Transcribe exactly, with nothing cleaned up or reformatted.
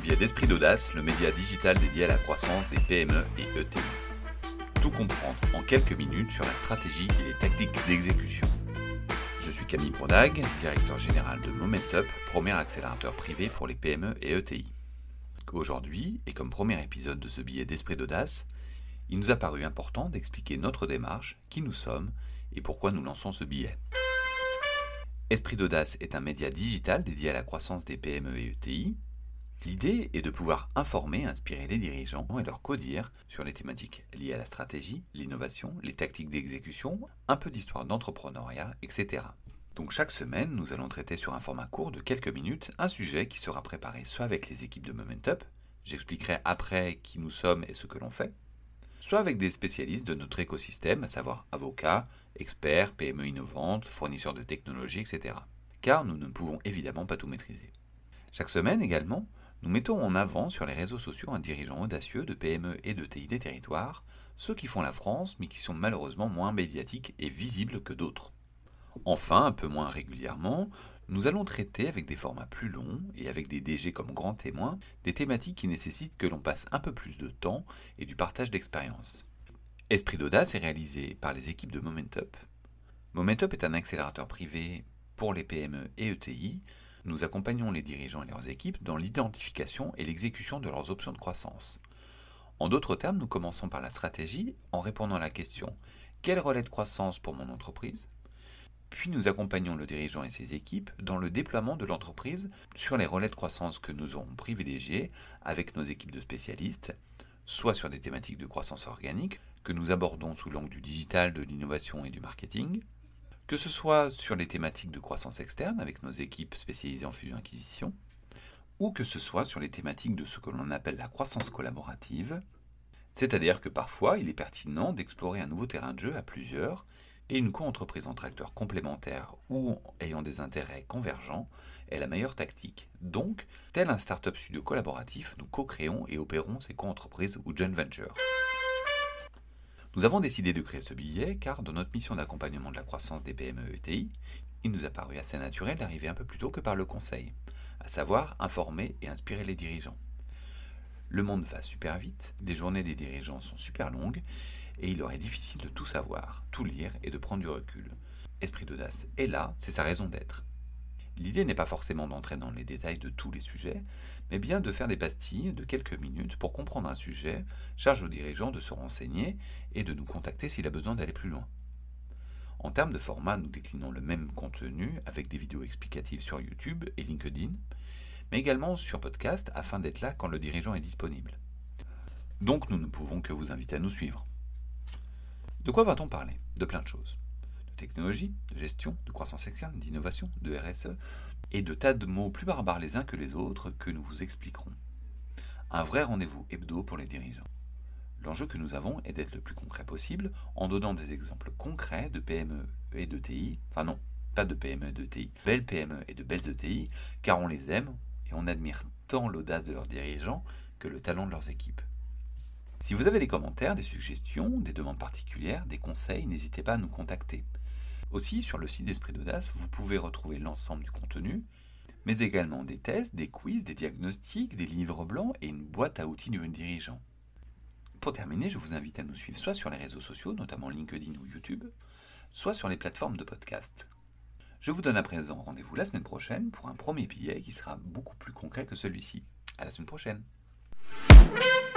biais d'Esprit d'Audace, le média digital dédié à la croissance des P M E et E T I. Tout comprendre en quelques minutes sur la stratégie et les tactiques d'exécution. Je suis Camille Brodag, directeur général de Momentup, premier accélérateur privé pour les P M E et E T I. Aujourd'hui, et comme premier épisode de ce billet d'Esprit d'Audace, il nous a paru important d'expliquer notre démarche, qui nous sommes et pourquoi nous lançons ce billet. Esprit d'Audace est un média digital dédié à la croissance des P M E et E T I. L'idée est de pouvoir informer, inspirer les dirigeants et leur co-dire sur les thématiques liées à la stratégie, l'innovation, les tactiques d'exécution, un peu d'histoire d'entrepreneuriat, et cetera. Donc chaque semaine, nous allons traiter sur un format court de quelques minutes un sujet qui sera préparé soit avec les équipes de Momentup, j'expliquerai après qui nous sommes et ce que l'on fait, soit avec des spécialistes de notre écosystème, à savoir avocats, experts, P M E innovantes, fournisseurs de technologies, et cetera. Car nous ne pouvons évidemment pas tout maîtriser. Chaque semaine également, nous mettons en avant sur les réseaux sociaux un dirigeant audacieux de P M E et de T I des territoires, ceux qui font la France mais qui sont malheureusement moins médiatiques et visibles que d'autres. Enfin, un peu moins régulièrement, nous allons traiter avec des formats plus longs et avec des D G comme grands témoins, des thématiques qui nécessitent que l'on passe un peu plus de temps et du partage d'expérience. Esprit d'Audace est réalisé par les équipes de Momentup. Momentup est un accélérateur privé pour les P M E et E T I. Nous accompagnons les dirigeants et leurs équipes dans l'identification et l'exécution de leurs options de croissance. En d'autres termes, nous commençons par la stratégie en répondant à la question « Quel relais de croissance pour mon entreprise ?» Puis nous accompagnons le dirigeant et ses équipes dans le déploiement de l'entreprise sur les relais de croissance que nous aurons privilégiés avec nos équipes de spécialistes, soit sur des thématiques de croissance organique que nous abordons sous l'angle du digital, de l'innovation et du marketing, que ce soit sur les thématiques de croissance externe avec nos équipes spécialisées en fusion-acquisition, ou que ce soit sur les thématiques de ce que l'on appelle la croissance collaborative, c'est-à-dire que parfois il est pertinent d'explorer un nouveau terrain de jeu à plusieurs, et une co-entreprise entre acteurs complémentaires ou ayant des intérêts convergents est la meilleure tactique. Donc, tel un start-up studio collaboratif, nous co-créons et opérons ces co-entreprises ou joint ventures. Nous avons décidé de créer ce billet car dans notre mission d'accompagnement de la croissance des P M E et E T I, il nous a paru assez naturel d'arriver un peu plus tôt que par le conseil, à savoir informer et inspirer les dirigeants. Le monde va super vite, les journées des dirigeants sont super longues et il leur est difficile de tout savoir, tout lire et de prendre du recul. Esprit d'Audace est là, c'est sa raison d'être. L'idée n'est pas forcément d'entrer dans les détails de tous les sujets, mais bien de faire des pastilles de quelques minutes pour comprendre un sujet, charge au dirigeant de se renseigner et de nous contacter s'il a besoin d'aller plus loin. En termes de format, nous déclinons le même contenu avec des vidéos explicatives sur YouTube et LinkedIn, mais également sur podcast afin d'être là quand le dirigeant est disponible. Donc nous ne pouvons que vous inviter à nous suivre. De quoi va-t-on parler ? De plein de choses. De technologie, de gestion, de croissance externe, d'innovation, de R S E, et de tas de mots plus barbares les uns que les autres que nous vous expliquerons. Un vrai rendez-vous hebdo pour les dirigeants. L'enjeu que nous avons est d'être le plus concret possible en donnant des exemples concrets de P M E et de T I, enfin non, pas de P M E et de T I, belles P M E et de belles E T I, car on les aime et on admire tant l'audace de leurs dirigeants que le talent de leurs équipes. Si vous avez des commentaires, des suggestions, des demandes particulières, des conseils, n'hésitez pas à nous contacter. Aussi, sur le site d'Esprit d'Audace, vous pouvez retrouver l'ensemble du contenu, mais également des tests, des quiz, des diagnostics, des livres blancs et une boîte à outils du dirigeant. Pour terminer, je vous invite à nous suivre soit sur les réseaux sociaux, notamment LinkedIn ou YouTube, soit sur les plateformes de podcast. Je vous donne à présent rendez-vous la semaine prochaine pour un premier billet qui sera beaucoup plus concret que celui-ci. À la semaine prochaine.